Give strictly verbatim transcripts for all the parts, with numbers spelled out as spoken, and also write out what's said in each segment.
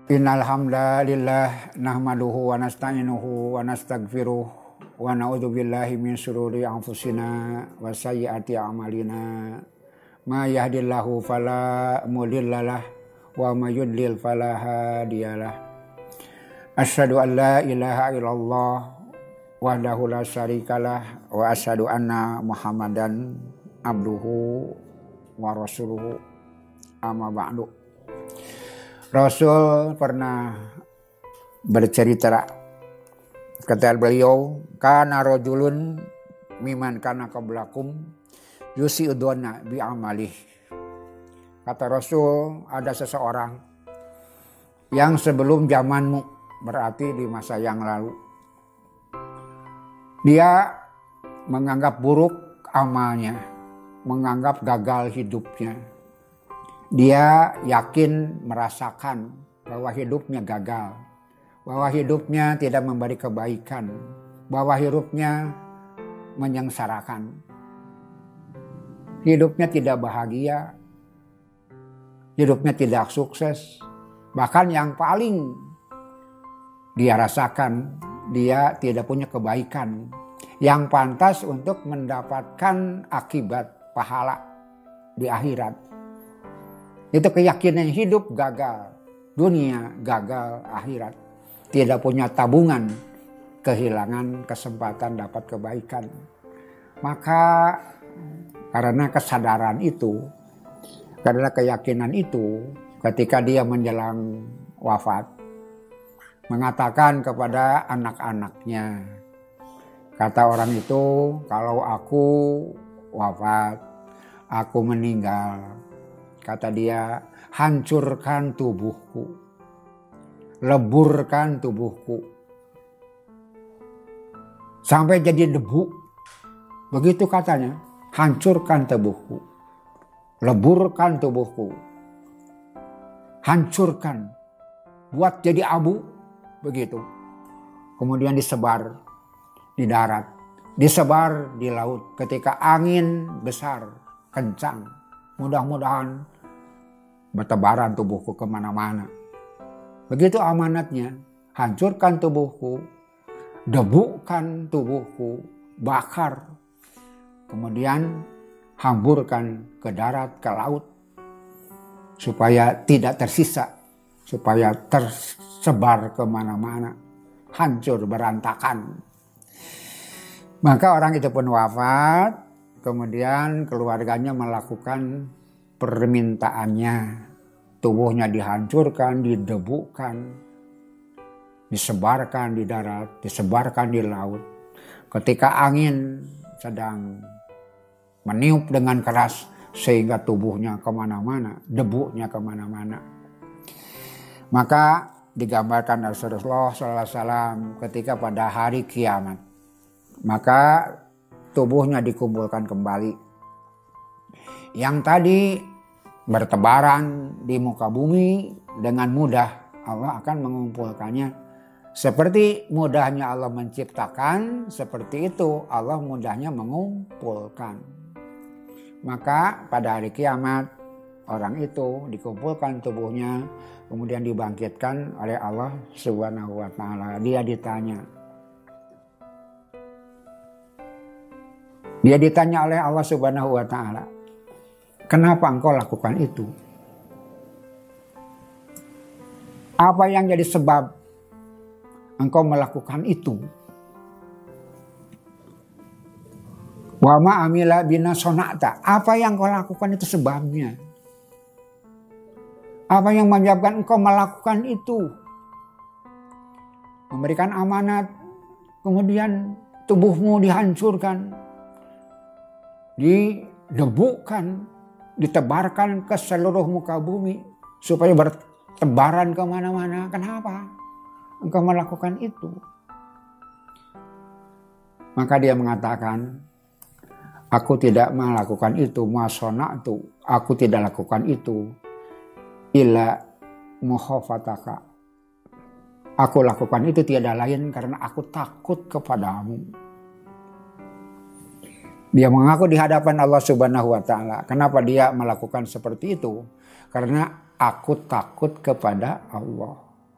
Innal hamdalillah nahmaduhu wa nasta'inuhu wa nastaghfiruh wa na'udzu billahi min syururi anfusina wa sayyiati a'malina. Ma yahdihillahu fala mudhillalah wa may yudlil fala hadiyalah. Asyhadu an la ilaha illallah wahdahu la syarikalah wa asyhadu anna Muhammadan abduhu wa rasuluhu. Amma ba'du. Rasul pernah bercerita, kata beliau, kana rajulun miman kana qablakum yusi'uduna bi amalih. Kata Rasul, ada seseorang yang sebelum zamanmu, berarti di masa yang lalu, dia menganggap buruk amalnya, menganggap gagal hidupnya. Dia yakin merasakan bahwa hidupnya gagal, bahwa hidupnya tidak memberi kebaikan, bahwa hidupnya menyengsarakan. Hidupnya tidak bahagia, hidupnya tidak sukses. Bahkan yang paling dia rasakan, dia tidak punya kebaikan yang pantas untuk mendapatkan akibat pahala di akhirat. Itu keyakinan hidup gagal, dunia gagal, akhirat. Tidak punya tabungan, kehilangan kesempatan dapat kebaikan. Maka karena kesadaran itu, karena keyakinan itu, ketika dia menjelang wafat, mengatakan kepada anak-anaknya, kata orang itu, kalau aku wafat, aku meninggal, kata dia, hancurkan tubuhku, leburkan tubuhku, sampai jadi debu. Begitu katanya, hancurkan tubuhku, leburkan tubuhku, hancurkan, buat jadi abu, begitu. Kemudian disebar di darat, disebar di laut ketika angin besar, kencang. Mudah-mudahan bertebaran tubuhku kemana-mana. Begitu amanatnya, hancurkan tubuhku, debukan tubuhku, bakar. Kemudian hamburkan ke darat, ke laut. Supaya tidak tersisa, supaya tersebar kemana-mana. Hancur, berantakan. Maka orang itu pun wafat. Kemudian keluarganya melakukan permintaannya. Tubuhnya dihancurkan, didebukan, disebarkan di darat, disebarkan di laut. Ketika angin sedang meniup dengan keras sehingga tubuhnya kemana-mana, debunya kemana-mana. Maka digambarkan Rasulullah shallallahu alaihi wasallam ketika pada hari kiamat. Maka tubuhnya dikumpulkan kembali. Yang tadi bertebaran di muka bumi, dengan mudah Allah akan mengumpulkannya. Seperti mudahnya Allah menciptakan, seperti itu Allah mudahnya mengumpulkan. Maka pada hari kiamat orang itu dikumpulkan tubuhnya, kemudian dibangkitkan oleh Allah Subhanahu wa taala. Dia ditanya. Dia ditanya oleh Allah Subhanahu wa taala, kenapa engkau lakukan itu? Apa yang jadi sebab engkau melakukan itu? Wa ma amila bina sonata. Apa yang engkau lakukan itu sebabnya? Apa yang menyebabkan engkau melakukan itu? Memberikan amanat, kemudian tubuhmu dihancurkan, didebukan, ditebarkan ke seluruh muka bumi supaya bertebaran kemana-mana. Kenapa engkau melakukan itu? Maka dia mengatakan, aku tidak melakukan itu, masona itu, aku tidak lakukan itu, illa muhofataka. Aku lakukan itu tiada lain karena aku takut kepadamu. Dia mengaku di hadapan Allah Subhanahu wa taala. Kenapa dia melakukan seperti itu? Karena aku takut kepada Allah.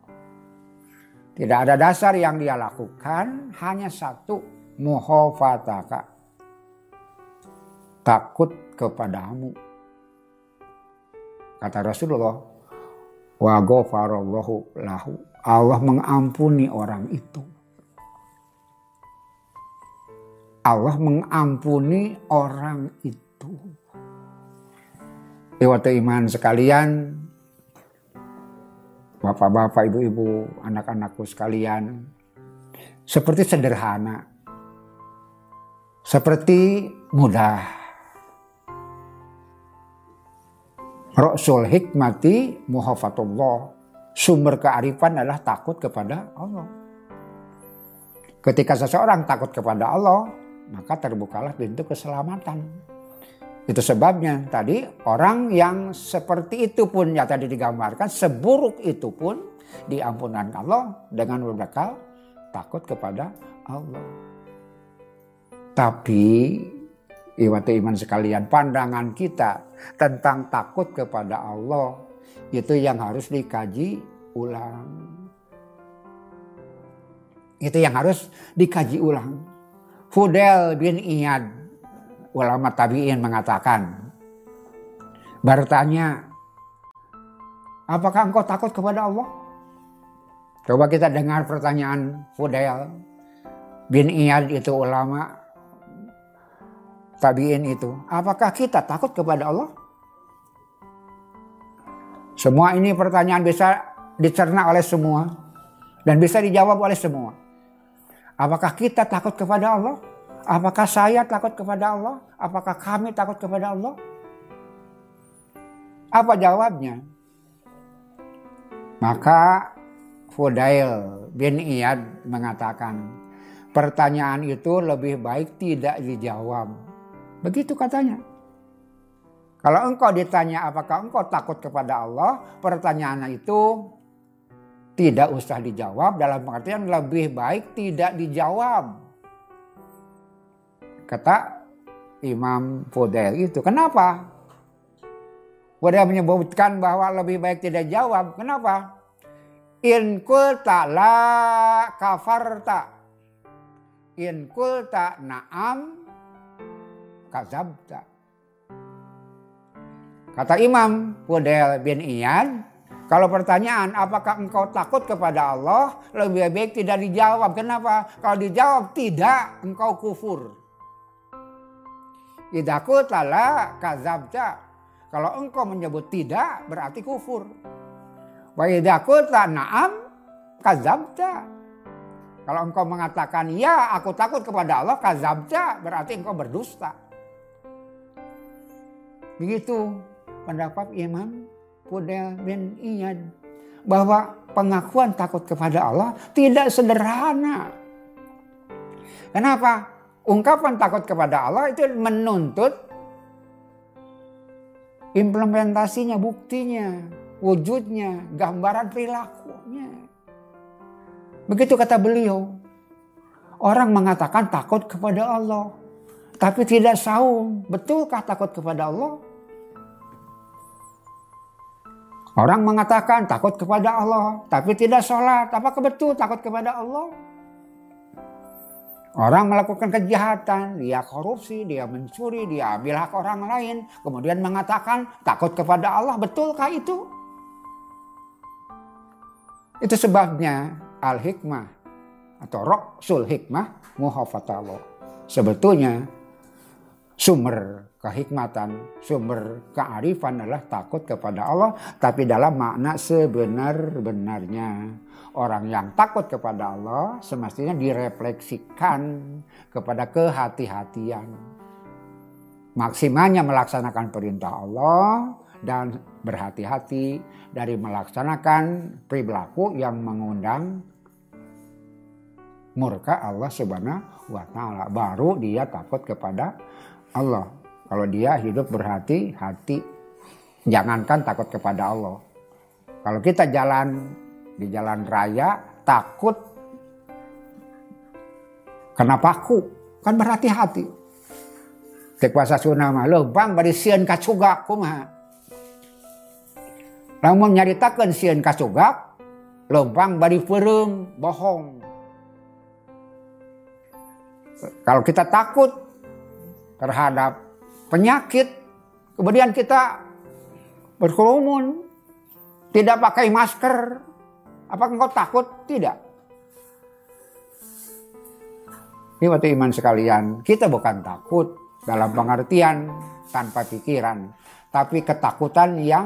Tidak ada dasar yang dia lakukan, hanya satu, muhofataka, takut kepadamu. Kata Rasulullah, wa ghafarallahu lahu, Allah mengampuni orang itu. Allah mengampuni orang itu. Lewat iman sekalian, bapak-bapak, ibu-ibu, anak-anakku sekalian, seperti sederhana, seperti mudah. Rasul hikmati muhafatullah, sumber kearifan adalah takut kepada Allah. Ketika seseorang takut kepada Allah, maka terbukalah pintu keselamatan. Itu sebabnya tadi orang yang seperti itu pun yang tadi digambarkan, seburuk itu pun diampunkan Allah dengan berbekal takut kepada Allah. Tapi iwati iman sekalian, pandangan kita tentang takut kepada Allah itu yang harus dikaji ulang. Itu yang harus dikaji ulang. Fudail bin Iyad, ulama tabi'in mengatakan, bertanya, apakah engkau takut kepada Allah? Coba kita dengar pertanyaan Fudail bin Iyad, itu ulama tabi'in itu. Apakah kita takut kepada Allah? Semua ini pertanyaan bisa dicerna oleh semua dan bisa dijawab oleh semua. Apakah kita takut kepada Allah? Apakah saya takut kepada Allah? Apakah kami takut kepada Allah? Apa jawabnya? Maka Fudail bin Iyad mengatakan, pertanyaan itu lebih baik tidak dijawab. Begitu katanya. Kalau engkau ditanya apakah engkau takut kepada Allah, pertanyaan itu tidak usah dijawab, dalam pengertian lebih baik tidak dijawab. Kata Imam Fudail itu. Kenapa? Fudail menyebutkan bahwa lebih baik tidak jawab. Kenapa? In qulta la kafarta. In qulta na'am kazabta. Kata Imam Fudail bin Iyad, kalau pertanyaan apakah engkau takut kepada Allah, lebih baik tidak dijawab. Kenapa? Kalau dijawab tidak, engkau kufur. Idza qulta la kazabta. Kalau engkau menyebut tidak, berarti kufur. Wa idza qulta na'am kazabta. Kalau engkau mengatakan ya, aku takut kepada Allah, kazabta, berarti engkau berdusta. Begitu pendapat Imam Fudail bin Iyad, bahwa pengakuan takut kepada Allah tidak sederhana. Kenapa? Ungkapan takut kepada Allah itu menuntut implementasinya, buktinya, wujudnya, gambaran perilakunya. Begitu kata beliau. Orang mengatakan takut kepada Allah, tapi tidak saum. Betulkah takut kepada Allah? Orang mengatakan takut kepada Allah, tapi tidak sholat. Apakah betul takut kepada Allah? Orang melakukan kejahatan, dia korupsi, dia mencuri, dia ambil hak orang lain, kemudian mengatakan takut kepada Allah. Betulkah itu? Itu sebabnya al-hikmah atau Rasul hikmah muhafatallah. Sebetulnya sumber kehikmatan, sumber kearifan adalah takut kepada Allah, tapi dalam makna sebenar-benarnya. Orang yang takut kepada Allah semestinya direfleksikan kepada kehati-hatian. Maksimalnya melaksanakan perintah Allah dan berhati-hati dari melaksanakan perilaku yang mengundang murka Allah Subhanahu wa taala. Baru dia takut kepada Allah. Kalau dia hidup berhati-hati, jangankan takut kepada Allah. Kalau kita jalan di jalan raya takut kena paku, kan berhati-hati. Tek bahasa Sunda mah leumpang bari sieun kacugak kumaha. Lamun nyaritakeun sieun kacugak, lempang bari peureum, bohong. Kalau kita takut terhadap penyakit, kemudian kita berkerumun, tidak pakai masker, apakah engkau takut? Tidak. Ini waktu iman sekalian, kita bukan takut dalam pengertian tanpa pikiran, tapi ketakutan yang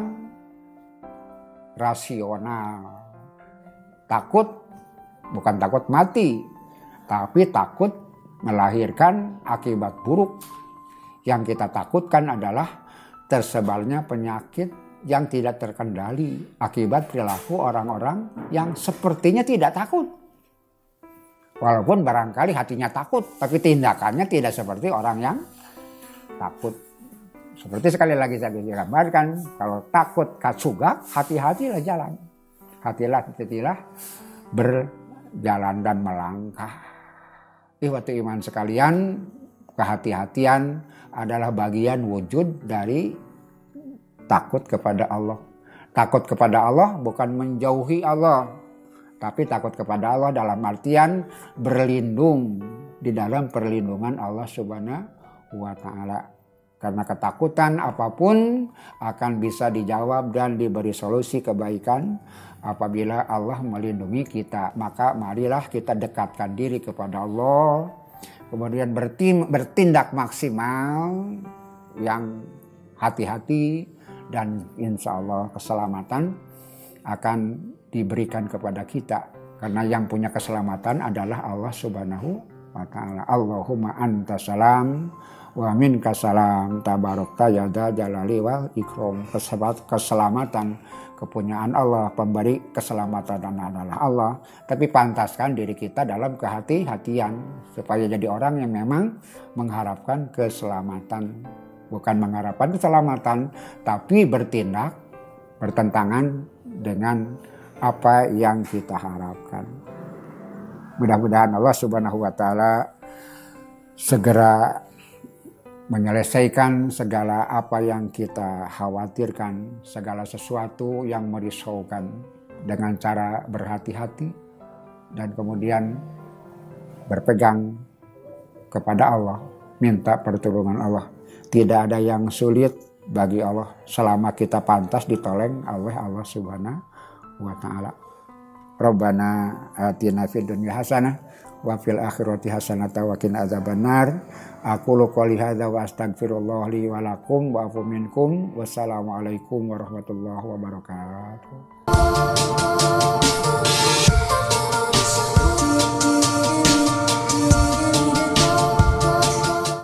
rasional. Takut bukan takut mati, tapi takut melahirkan akibat buruk. Yang kita takutkan adalah tersebarnya penyakit yang tidak terkendali akibat perilaku orang-orang yang sepertinya tidak takut. Walaupun barangkali hatinya takut, tapi tindakannya tidak seperti orang yang takut. Seperti sekali lagi saya gambarkan, kalau takut kasugak, hati-hatilah jalan. Hatilah, hati-hatilah berjalan dan melangkah. Ihwatu iman sekalian, kehati-hatian adalah bagian wujud dari takut kepada Allah. Takut kepada Allah bukan menjauhi Allah, tapi takut kepada Allah dalam artian berlindung di dalam perlindungan Allah Subhanahu wa Ta'ala. Karena ketakutan apapun akan bisa dijawab dan diberi solusi kebaikan apabila Allah melindungi kita. Maka marilah kita dekatkan diri kepada Allah, kemudian bertim, bertindak maksimal yang hati-hati, dan insya Allah keselamatan akan diberikan kepada kita. Karena yang punya keselamatan adalah Allah Subhanahu wa Ta'ala. Allahumma anta salam wa minka salam tabarakta ya dzal jalali wal ikram. Keselamatan kepunyaan Allah, pemberi keselamatan adalah Allah. Tapi pantaskan diri kita dalam kehati-hatian supaya jadi orang yang memang mengharapkan keselamatan, bukan mengharapkan keselamatan tapi bertindak bertentangan dengan apa yang kita harapkan. Mudah-mudahan Allah Subhanahu wa Ta'ala segera menyelesaikan segala apa yang kita khawatirkan, segala sesuatu yang merisaukan dengan cara berhati-hati dan kemudian berpegang kepada Allah, minta pertolongan Allah. Tidak ada yang sulit bagi Allah selama kita pantas ditolong oleh Allah Subhanahu wa Ta'ala. Rabbana atina fid dunya hasanah wa fil akhirati hasanatan wa qina adzabannar. Aqulu qouli hadza wa astaghfirullah li wa lakum wa afu minkum. Wassalamu alaikum warahmatullahi wabarakatuh.